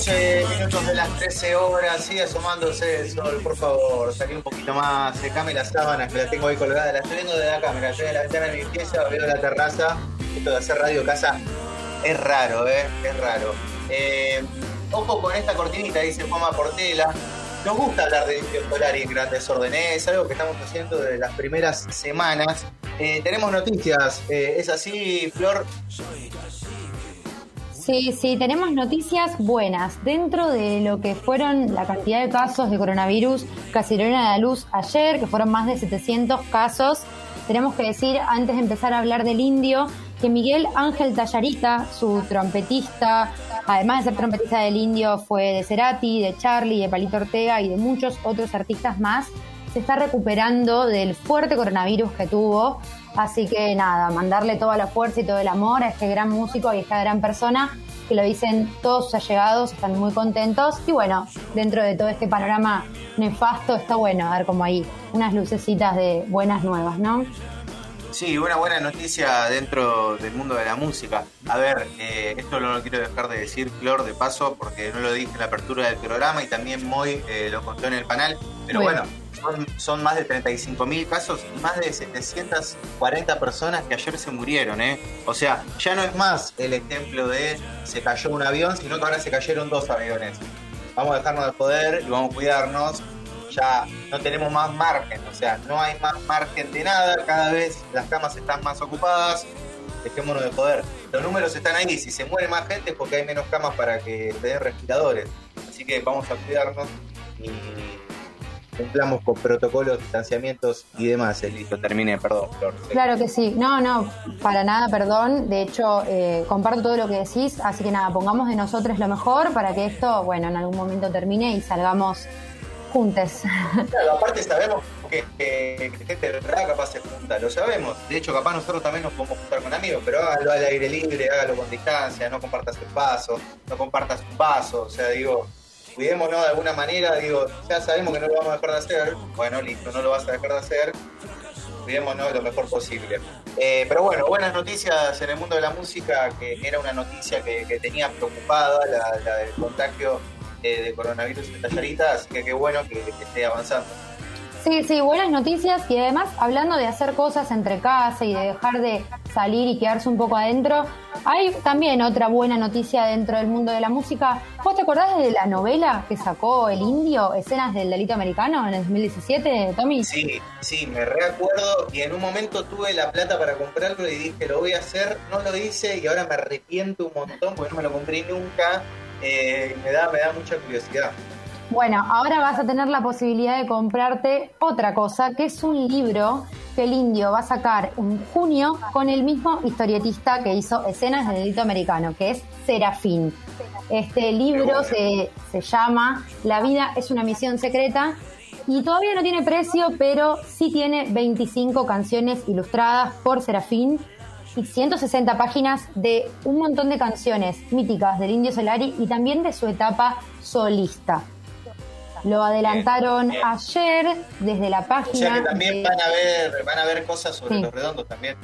12 minutos de las 13 horas, sigue asomándose el sol, por favor, salí un poquito más, secame las sábanas, que la tengo ahí colgada, la estoy viendo de la cámara, estoy en la ventana de mi pieza, veo la terraza, esto de hacer radio casa es raro, es raro. Ojo con esta cortinita, dice Juanma Portela. Nos gusta hablar de Indio Solari en Grandes Órdenes, es algo que estamos haciendo desde las primeras semanas. Tenemos noticias, ¿es así, Flor? Sí, tenemos noticias buenas. Dentro de lo que fueron la cantidad de casos de coronavirus que salieron a la luz ayer, que fueron más de 700 casos, tenemos que decir, antes de empezar a hablar del Indio, que Miguel Ángel Tallarita, su trompetista, además de ser trompetista del Indio, fue de Cerati, de Charly, de Palito Ortega y de muchos otros artistas más, se está recuperando del fuerte coronavirus que tuvo. Así que nada, mandarle toda la fuerza y todo el amor a este gran músico y a esta gran persona, que lo dicen todos sus allegados, están muy contentos. Y bueno, dentro de todo este panorama nefasto, está bueno ver como ahí unas lucecitas de buenas nuevas, ¿no? Sí, una buena noticia dentro del mundo de la música. A ver, esto no lo quiero dejar de decir, Flor, de paso, porque no lo dije en la apertura del programa y también Moy lo contó en el panel, pero bueno, son más de 35.000 casos y más de 740 personas que ayer se murieron, O sea, ya no es más el ejemplo de se cayó un avión, sino que ahora se cayeron 2 aviones. Vamos a dejarnos de joder y vamos a cuidarnos. Ya no tenemos más margen, o sea, no hay más margen de nada, cada vez las camas están más ocupadas, dejémonos de joder. Los números están ahí, si se muere más gente es porque hay menos camas para que te den respiradores. Así que vamos a cuidarnos y cumplamos con protocolos, distanciamientos y demás. Listo, terminé, perdón, Flor. Claro que sí, no, para nada, perdón. De hecho, comparto todo lo que decís, así que nada, pongamos de nosotros lo mejor para que esto, bueno, en algún momento termine y salgamos juntes. Claro, aparte sabemos que gente de verdad capaz se junta, lo sabemos. De hecho, capaz nosotros también nos podemos juntar con amigos, pero hágalo al aire libre, hágalo con distancia, no compartas el paso, no compartas un paso, o sea, digo, cuidémonos de alguna manera, digo, ya sabemos que no lo vamos a dejar de hacer, bueno, listo, no lo vas a dejar de hacer, cuidémonos lo mejor posible. Pero bueno, buenas noticias en el mundo de la música, que era una noticia que tenía preocupada, la del contagio de coronavirus en Tallarita, así que qué bueno que esté avanzando. Sí, buenas noticias, y además hablando de hacer cosas entre casa y de dejar de salir y quedarse un poco adentro, hay también otra buena noticia dentro del mundo de la música. ¿Vos te acordás de la novela que sacó el Indio, Escenas del Delito Americano, en el 2017, Tommy? Sí, me reacuerdo, y en un momento tuve la plata para comprarlo y dije, lo voy a hacer, no lo hice y ahora me arrepiento un montón porque no me lo compré nunca. Me da mucha curiosidad. Bueno, ahora vas a tener la posibilidad de comprarte otra cosa, que es un libro que el Indio va a sacar en junio con el mismo historietista que hizo Escenas del Delito Americano, que es Serafín. Este libro se llama La vida es una misión secreta y todavía no tiene precio, pero sí tiene 25 canciones ilustradas por Serafín y 160 páginas de un montón de canciones míticas del Indio Solari y también de su etapa solista. Lo adelantaron ayer desde la página. O sea que también van a ver cosas sobre Los Redondos también.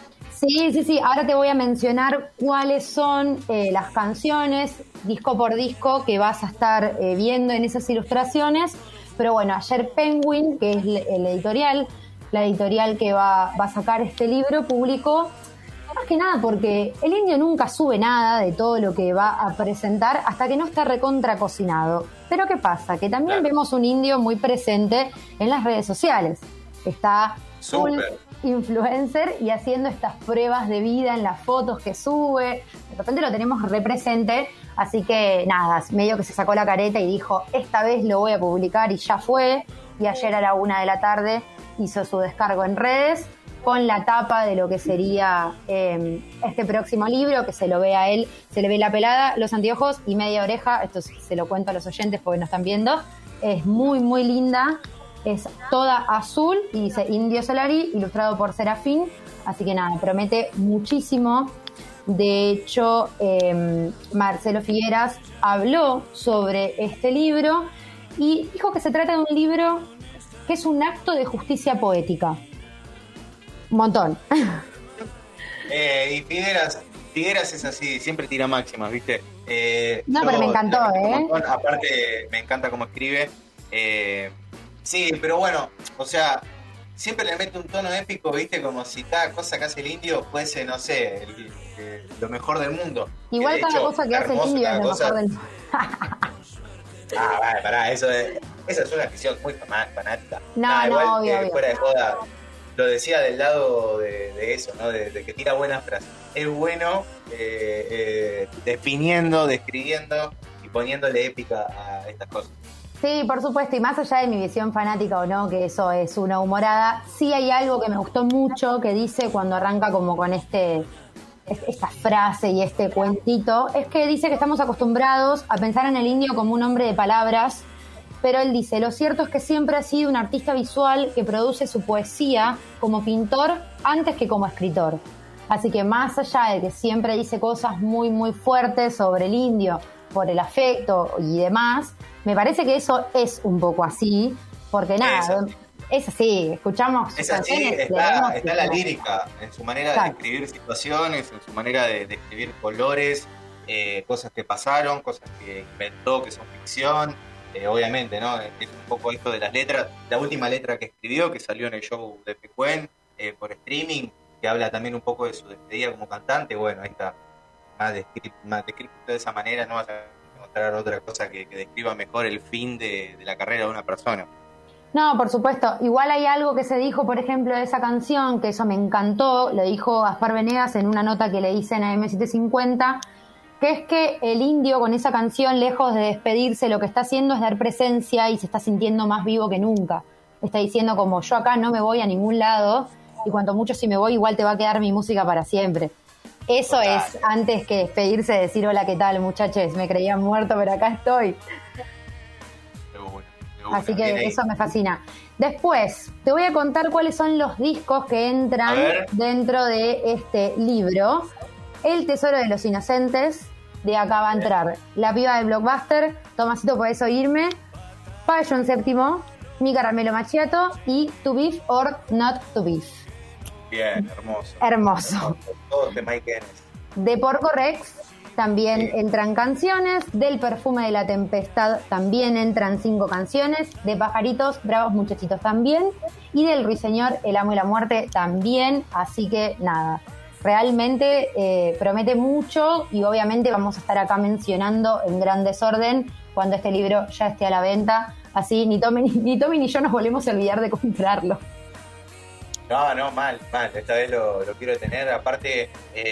Sí. Ahora te voy a mencionar cuáles son las canciones, disco por disco, que vas a estar viendo en esas ilustraciones. Pero bueno, ayer Penguin, que es la editorial que va a sacar este libro, publicó. Más que nada porque el Indio nunca sube nada de todo lo que va a presentar hasta que no está recontra cocinado. Pero ¿qué pasa? Que también vemos un Indio muy presente en las redes sociales. Está full influencer y haciendo estas pruebas de vida en las fotos que sube. De repente lo tenemos represente. Así que nada, medio que se sacó la careta y dijo, esta vez lo voy a publicar, y ya fue. Y ayer a la 1 de la tarde hizo su descargo en redes, con la tapa de lo que sería este próximo libro, que se lo ve a él, se le ve la pelada, los anteojos y media oreja. Esto se lo cuento a los oyentes porque no están viendo. Es muy, muy linda. Es toda azul y dice Indio Solari, ilustrado por Serafín. Así que nada, promete muchísimo. De hecho, Marcelo Figueras habló sobre este libro y dijo que se trata de un libro que es un acto de justicia poética. Un montón. Y Figueras, Figueras es así, siempre tira máximas, ¿viste? No, pero me encantó, Aparte, me encanta cómo escribe. Sí, pero bueno, o sea, siempre le mete un tono épico, ¿viste? Como si cada cosa que hace el indio fuese, no sé, lo mejor del mundo. Igual de cada hecho, cosa que hace el indio es lo mejor del mundo. Vale, pará, esa es una visión muy fanática. No, igual, obvio. Fuera de joda, lo decía del lado de eso, ¿no? De que tira buenas frases. Es bueno definiendo, describiendo y poniéndole épica a estas cosas. Sí, por supuesto, y más allá de mi visión fanática o no, que eso es una humorada, sí hay algo que me gustó mucho que dice cuando arranca como con esta frase y este cuentito, es que dice que estamos acostumbrados a pensar en el indio como un hombre de palabras, pero él dice, lo cierto es que siempre ha sido un artista visual que produce su poesía como pintor antes que como escritor. Así que más allá de que siempre dice cosas muy, muy fuertes sobre el indio, por el afecto y demás, me parece que eso es un poco así, porque nada, es así, escuchamos. Es así, está la lírica, en su manera de escribir situaciones, en su manera de escribir colores, cosas que pasaron, cosas que inventó, que son ficción. Obviamente, ¿no? Es un poco esto de las letras. La última letra que escribió, que salió en el show de Pecuen por streaming, que habla también un poco de su despedida como cantante. Bueno, ahí está, más descrito de esa manera. No vas a encontrar otra cosa que describa mejor el fin de la carrera de una persona. No, por supuesto. Igual hay algo que se dijo, por ejemplo, de esa canción, que eso me encantó, lo dijo Gaspar Venegas en una nota que le hice en AM750, que es que el indio con esa canción, lejos de despedirse, lo que está haciendo es dar presencia y se está sintiendo más vivo que nunca. Está diciendo como, yo acá no me voy a ningún lado y cuanto mucho si me voy, igual te va a quedar mi música para siempre. Eso total. Es antes que despedirse, decir hola, ¿qué tal, muchachos? Me creía muerto, pero acá estoy. Así que eso me fascina. Después, te voy a contar cuáles son los discos que entran dentro de este libro. El Tesoro de los Inocentes, de acá va a entrar La Piba del Blockbuster, Tomasito, Podés Oírme, Pabellón Séptimo, Mi Caramelo Macchiato y To Beef or Not To Beef. Bien, hermoso. Hermoso. Todos de Mike Ennis. De Porco Rex también entran canciones, del Perfume de la Tempestad también entran 5 canciones, de Pajaritos, Bravos Muchachitos también, y del Ruiseñor, El Amo y la Muerte también, así que nada, realmente promete mucho y obviamente vamos a estar acá mencionando en gran desorden cuando este libro ya esté a la venta, así ni Tommy ni yo nos volvemos a olvidar de comprarlo. No, mal, esta vez lo quiero tener, aparte...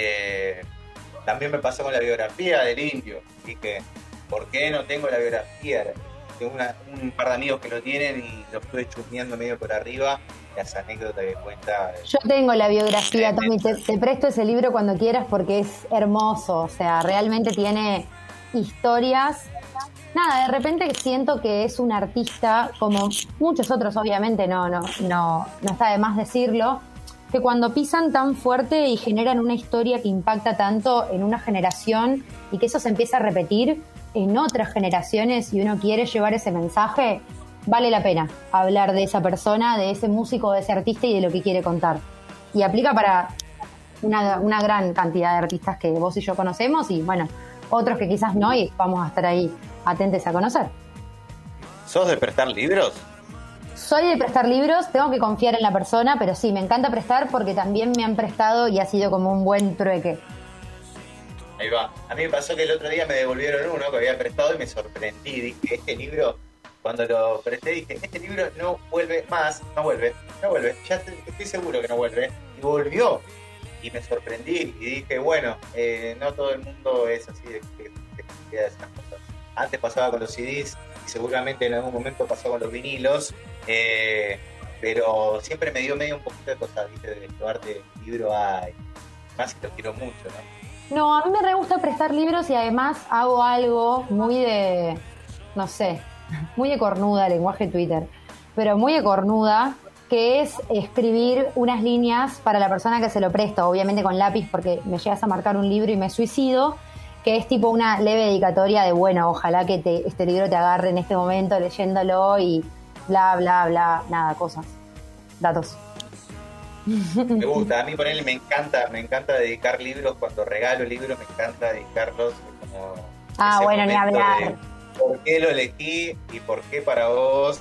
También me pasó con la biografía del indio. Dije, ¿por qué no tengo la biografía? Tengo un par de amigos que lo tienen y lo estuve chusmeando medio por arriba. Las anécdotas que cuenta. Yo tengo la biografía, Tommy. Te presto ese libro cuando quieras porque es hermoso. O sea, realmente tiene historias. Nada, de repente siento que es un artista, como muchos otros, obviamente, no está de más decirlo, que cuando pisan tan fuerte y generan una historia que impacta tanto en una generación y que eso se empieza a repetir en otras generaciones y uno quiere llevar ese mensaje, vale la pena hablar de esa persona, de ese músico, de ese artista y de lo que quiere contar. Y aplica para una gran cantidad de artistas que vos y yo conocemos y, bueno, otros que quizás no y vamos a estar ahí atentos a conocer. ¿Sos de prestar libros? Soy de prestar libros, tengo que confiar en la persona, pero sí, me encanta prestar porque también me han prestado y ha sido como un buen trueque. Ahí va. A mí me pasó que el otro día me devolvieron uno que había prestado y me sorprendí. Dije, este libro, cuando lo presté, dije, este libro no vuelve más, no vuelve. Ya estoy seguro que no vuelve. Y volvió. Y me sorprendí y dije, bueno, no todo el mundo es así de que esas cosas. Antes pasaba con los CDs y seguramente en algún momento pasó con los vinilos, pero siempre me dio medio un poquito de cosas, ¿viste? De llevarte el libro más si lo quiero mucho, ¿no? No, a mí me re gusta prestar libros y además hago algo muy de, no sé, muy de cornuda, lenguaje Twitter, pero muy de cornuda, que es escribir unas líneas para la persona que se lo presta, obviamente con lápiz porque me llegas a marcar un libro y me suicido, que es tipo una leve dedicatoria de, bueno, ojalá que este libro te agarre en este momento leyéndolo y bla, bla, bla, nada, cosas, datos. Me gusta, a mí ponerle me encanta dedicar libros, cuando regalo libros me encanta dedicarlos como Ah, ese bueno, ni momento hablar. de por qué lo elegí y por qué para vos.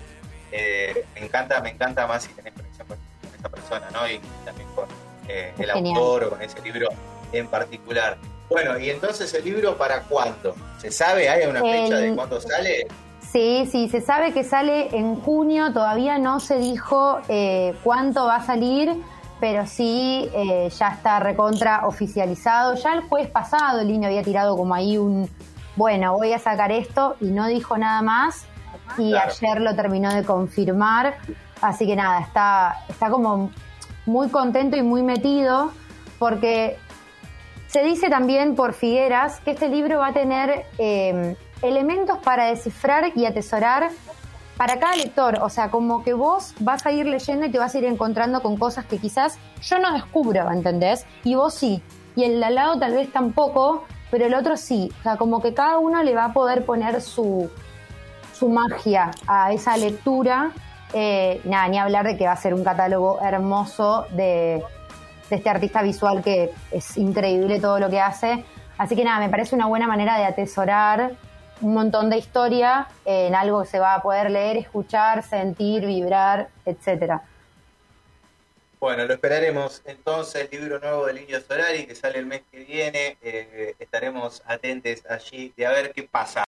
Me encanta más si tenés conexión con esa persona, ¿no? Y también con Es el genial. autor o con ese libro en particular. Bueno, y entonces el libro ¿para cuándo? ¿Se sabe? ¿Hay una fecha de El, cuándo sale? sí, sí, se sabe que sale en junio, todavía no se dijo cuánto va a salir, pero sí ya está recontra oficializado. Ya el jueves pasado el niño había tirado como ahí bueno, voy a sacar esto y no dijo nada más y Claro. ayer lo terminó de confirmar, así que nada, está como muy contento y muy metido porque se dice también por Figueras que este libro va a tener elementos para descifrar y atesorar para cada lector. O sea, como que vos vas a ir leyendo y te vas a ir encontrando con cosas que quizás yo no descubro, ¿entendés? Y vos sí. Y el de al lado tal vez tampoco, pero el otro sí. O sea, como que cada uno le va a poder poner su magia a esa lectura. Nada, ni hablar de que va a ser un catálogo hermoso de este artista visual que es increíble todo lo que hace. Así que nada, me parece una buena manera de atesorar un montón de historia en algo que se va a poder leer, escuchar, sentir, vibrar, etcétera. Bueno, lo esperaremos. Entonces, libro nuevo de Lirio Solari, que sale el mes que viene. Estaremos atentos allí de a ver qué pasa.